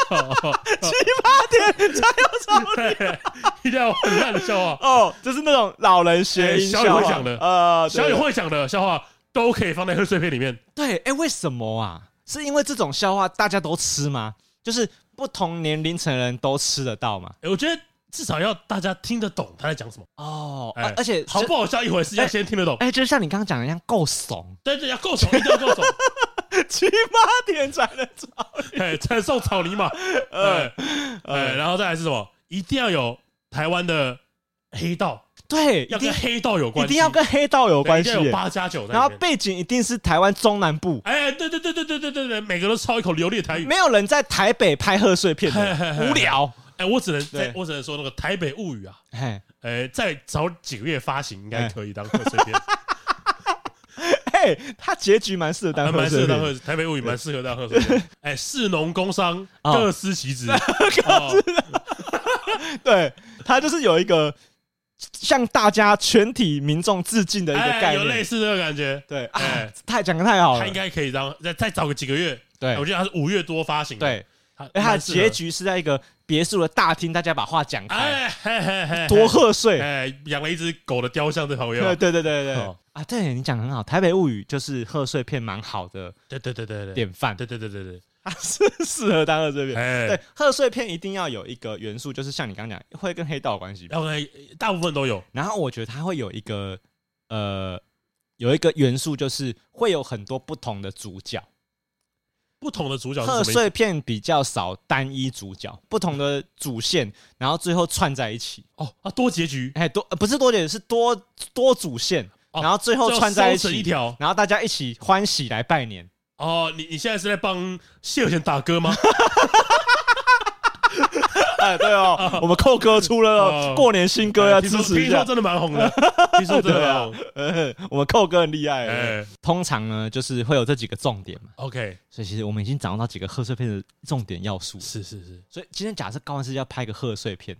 7、8点才有草泥马， 一定要很烂的笑话就是那种老人谐音笑话， 小雨会讲的，小雨会讲的笑话都可以放在贺岁片里面。 对，为什么啊？是因为这种笑话大家都吃吗？就是不同年龄层的人都吃得到吗？ 我觉得至少要大家听得懂他在讲什么而且好不好笑一回事，要先听得懂。 就像你刚刚讲的一样，够怂。 对，要够怂，一定要够怂。 7、8点才能才送草泥马。然后再来是什么？一定要有台湾的黑道。 对， 要跟黑道有关系， 一定要跟黑道有关系， 一定要有8+9， 然后背景一定是台湾中南部。 对，每个都操一口流利的台语。 没有人在台北拍贺岁片的，无聊。 我只能说那个《台北物语》再早几个月发行应该可以当贺岁片。 他结局蛮适合当贺岁片， 《台北物语》蛮适合当贺岁片。士农工商各司其职。 对，他就是有一个向大家全体民众致敬的一个概念， 有类似这个感觉。 对，讲得太好了， 他应该可以再早个几个月。 对， 我记得他是5月多发行的。 对，他的结局是在一个别墅的大厅，大家把话讲开，多贺岁！ 养了一只狗的雕像在旁边。 对，对你讲得很好，《台北物语》就是贺岁片蛮好的， 对典范。 对， 它是适合当贺岁片。对，贺岁片一定要有一个元素，就是像你刚刚讲，会跟黑道有关系。 大部分都有。 然后我觉得它会有一个元素，就是会有很多不同的主角。 不同的主角是什么意思？ 贺岁片比较少单一主角，不同的主线，然后最后串在一起。 多结局， 不是多结局，是多主线，然后最后串在一起一条， 然后大家一起欢喜来拜年。 你现在是在帮谢和弦打歌吗？ 对哦，我们寇哥出了过年新歌，要支持一下。 听说真的蛮红的，听说真的蛮红。 我们寇哥很厉害。通常呢，就是会有这几个重点嘛。 OK， 所以其实我们已经掌握到几个贺岁片的重点要素。 是。 所以今天假设高安是要拍个贺岁片，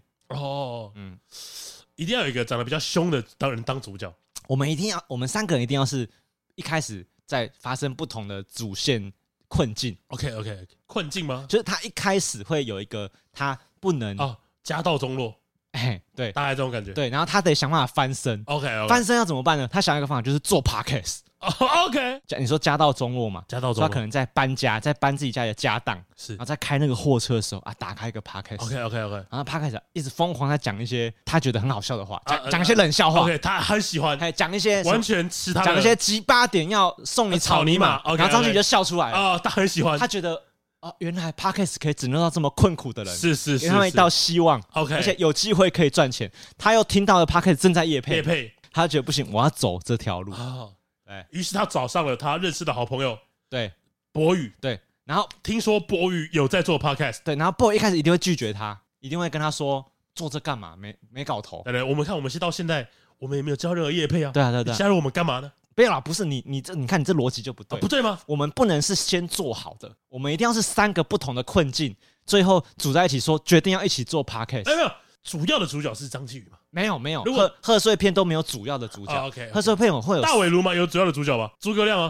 一定要有一个长得比较凶的当主角。 我们三个人一定要是一开始在发生不同的主线困境。 OK， 困境吗？ 就是他一开始会有一个他不能家道中落， 对， 大概这种感觉。 对，然后他得想办法翻身。 OK， 翻身要怎么办呢？他想一个方法，就是做 podcast。 OK， 你说家道中落嘛？ 家道中落， 他可能在搬家，在搬自己家里的家当，然后在开那个货车的时候打开一个 podcast。 OK， 然后 podcast 一直疯狂在讲一些他觉得很好笑的话，讲一些冷笑话。 OK， 他很喜欢， 讲一些完全吃他的， 讲一些鸡巴点要送你草泥马，然后张继就笑出来了。 他很喜欢， 他觉得原来 podcast 可以拯救到这么困苦的人， 是， 给他们一道希望。 OK， 而且有机会可以赚钱。他又听到了 podcast 正在业配，他觉得不行，我要走这条路。 于是他找上了他认识的好朋友， 对， 博宇， 对，然后听说博宇有在做 podcast， 对，然后博宇一开始一定会拒绝他，一定会跟他说做这干嘛？没搞头。 对，我们到现在，我们也没有交任何业配啊。 对， 加入我们干嘛呢？ 不要啦，不是你看你这逻辑就不对， 不对吗？ 我们不能是先做好的，我们一定要是三个不同的困境，最后组在一起说决定要一起做 podcast。 没有，主要的主角是张继宇嘛？ 没有，贺岁片都没有主要的主角。 OK， 贺岁片会有大尾鲈吗？有主要的主角吗？诸葛亮啊？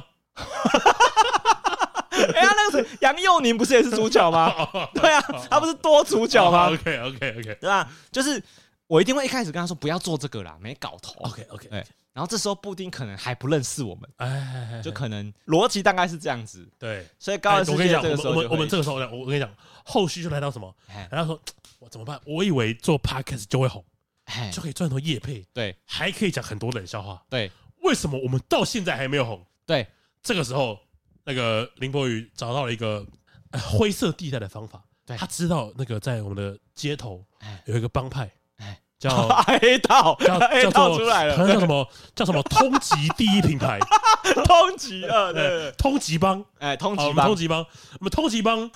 那个是杨佑宁，不是也是主角吗？对啊，他不是多主角吗 ？OK， 对吧？就是我一定会一开始跟他说不要做这个啦，没搞头。 OK， 对。然后这时候布丁可能还不认识我们，就可能逻辑大概是这样子。 对， 所以高二世界这个时候， 我们这个时候，我跟你讲，后续就来到什么？然后说我怎么办？我以为做 podcast 就会红。就可以赚很多业配， 对， 还可以讲很多冷笑话， 对。 为什么我们到现在还没有红？ 对， 这个时候，那个林博宇找到了一个灰色地带的方法，他知道那个在我们的街头有一个帮派，叫黑道， 叫做出来了， 叫什么通缉第一品牌， 通缉对， 通缉帮， 通缉帮，我们通缉帮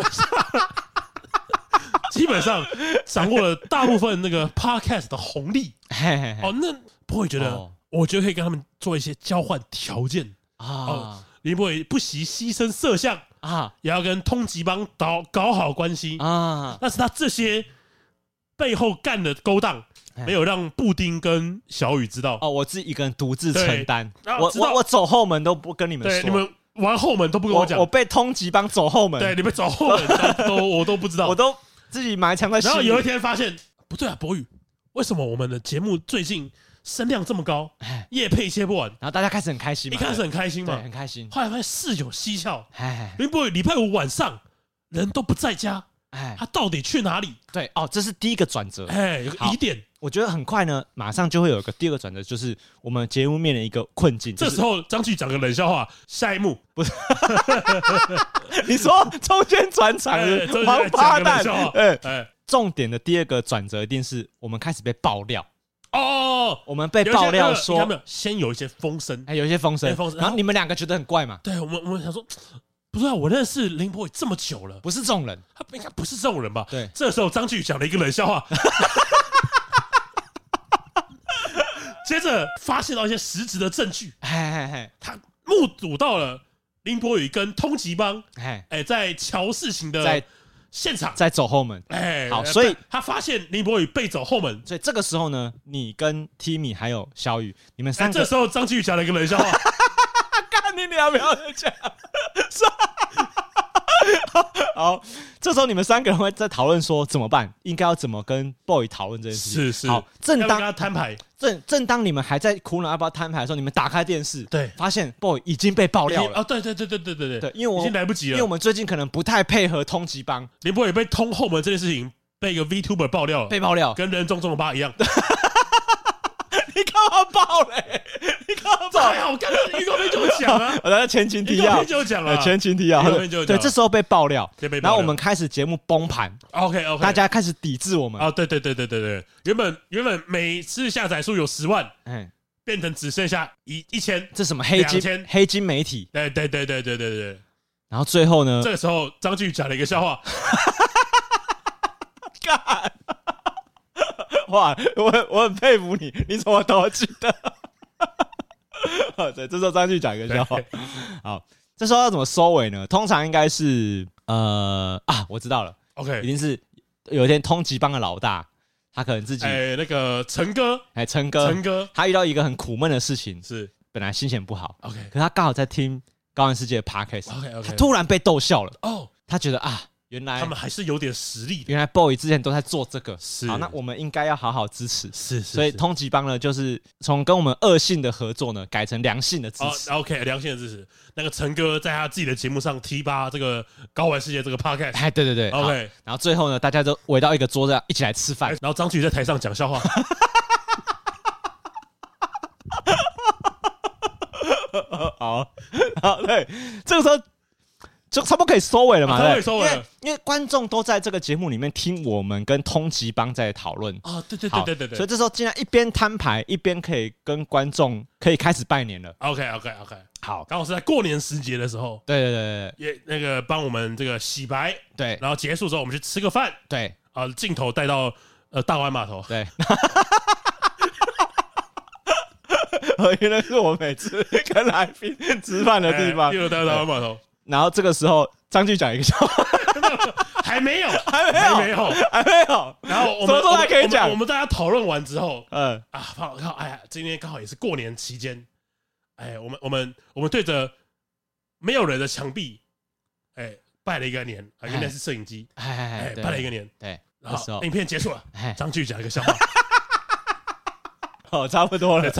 基本上掌握了大部分那个 podcast 的红利。那不会觉得，我觉得可以跟他们做一些交换条件啊。林博宇不惜牺牲色相也要跟通缉帮搞好关系啊。但是他这些背后干的勾当，没有让布丁跟小雨知道。 我自己一个人独自承担。我走后门都不跟你们说， 对，你们玩后门都不跟我讲。 我被通缉帮走后门， 对，你们走后门我都不知道， 我都自己埋藏在心里。 然后有一天发现不对啊，博宇，为什么我们的节目最近声量这么高，业配接不完？ 然后大家开始很开心嘛， 一开始很开心嘛， 对，很开心。 后来发现事有蹊跷，林博宇礼拜五晚上人都不在家，他到底去哪里？ 对，这是第一个转折， 有个疑点。 我觉得很快呢，马上就会有一个第二个转折，就是我们节目面临一个困境。 这时候张继讲个冷笑话，下一幕不是你说中间转场王八蛋，重点的第二个转折一定是我们开始被爆料。我们被爆料说， 先有一些风声， 有一些风声，然后你们两个觉得很怪嘛？ 对，我们想说，不是啊，我认识林博宇这么久了， 不是这种人， 他应该不是这种人吧？ 对， 这时候张继宇讲了一个冷笑话。接着发现到一些实质的证据，他目睹到了林博宇跟通缉帮，在乔事情的现场， 在走后门，好，所以他发现林博宇被走后门， 所以这个时候呢，你跟 Timmy 还有小雨，你们三个， 这时候张继宇讲了一个冷笑话， 干你俩不要讲，好，这时候你们三个人会在讨论说怎么办，应该要怎么跟 Boy 讨论这件事情。 是， 好，正当要跟他摊牌， 正当你们还在苦恼要不要摊牌的时候，你们打开电视， 对， 发现 Boy 已经被爆料了。 对， 因为已经来不及了， 因为我们最近可能不太配合通缉帮， 林博宇被通后门这件事情被一个 VTuber 爆料了， 被爆料， 跟人中的疤一样。 你干嘛嘛爆嘞？你干嘛爆？ 还好，刚刚预告片就讲啊， 我在前情提要就讲了， 前情提要，对，这时候被爆料，然后我们开始节目崩盘 ，OK， 大家开始抵制我们啊，对，原本每次下载数有10万，变成只剩下1000， 这什么黑金媒体？ 对， 然后最后呢？ 这个时候张继讲了一个笑话， 干，哇，我很佩服你，你怎么都记得？对，这时候张继讲一个笑话，好，这时候要怎么收尾呢？通常应该是我知道了 ，OK， 一定是有一天通缉帮的老大。他可能自己那个陈哥， 他遇到一个很苦闷的事情， 是本来心情不好 ，OK， 可他刚好在听高玩世界的 podcast， OK， 他突然被逗笑了， 哦， 他觉得原来他们还是有点实力的， 原来 boy 之前都在做这个， 是好，那我们应该要好好支持， 是， 所以通缉帮呢，就是从跟我们恶性的合作呢，改成良性的支持 ，OK， 良性的支持。那个陈哥在他自己的节目上提拔这个高玩世界这个 podcast， 对 ，OK， 然后最后呢，大家都围到一个桌子上一起来吃饭， 然后张继在台上讲笑话。 好，对，这个时候就差不多可以收尾了嘛， 可以收尾了， 因为观众都在这个节目里面听我们跟通缉帮在讨论啊，对， 所以这时候竟然一边摊牌一边可以跟观众可以开始拜年了。 OK， 好，刚好是在过年时节的时候， 对， 也那个帮我们这个洗白， 对， 然后结束之后我们去吃个饭， 对， 镜头带到大湾码头， 对。原来是我每次跟来宾吃饭的地方， 又带到大湾码头。 然后这个时候，张继讲一个笑话， 还没有。 然后我们什么时候还可以讲？ 我们大家讨论完之后，今天刚好也是过年期间，我们对着没有人的墙壁，拜了一个年，原来是摄影机，拜了一个年， 对， 然后影片结束了，张继讲一个笑话，差不多了。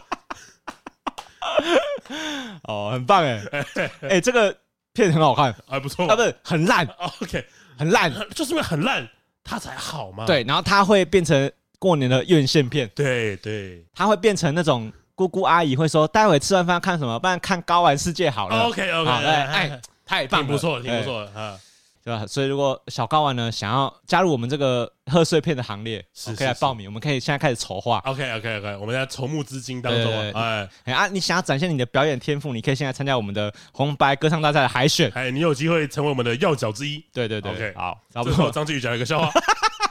很棒这个片很好看， 还不错， 不是很烂 ，OK， 很烂， 就是因为很烂，它才好嘛。 对，然后它会变成过年的院线片， 对， 它会变成那种姑姑阿姨会说，待会吃完饭看什么？不然看高玩世界好了。 OK， 太棒了， 挺不错啊。 对吧？所以如果小高玩呢想要加入我们这个贺岁片的行列，可以来报名。我们可以现在开始筹划。 OK， 我们在筹募资金当中你想要展现你的表演天赋，你可以现在参加我们的红白歌唱大赛的海选。 你有机会成为我们的要角之一。 对 ，OK， 好，差不多。 张继讲一个笑话。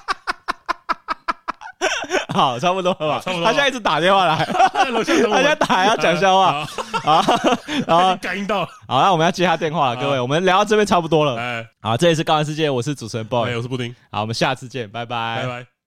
好，差不多了吧？他现在一直打电话来，他现在打要讲笑话，好， 感应到。 好，那我们要接他电话了，各位，我们聊到这边差不多了。好，这里是高玩世界，我是主持人 boy， 我是布丁。 好，我们下次见，拜拜， 拜拜。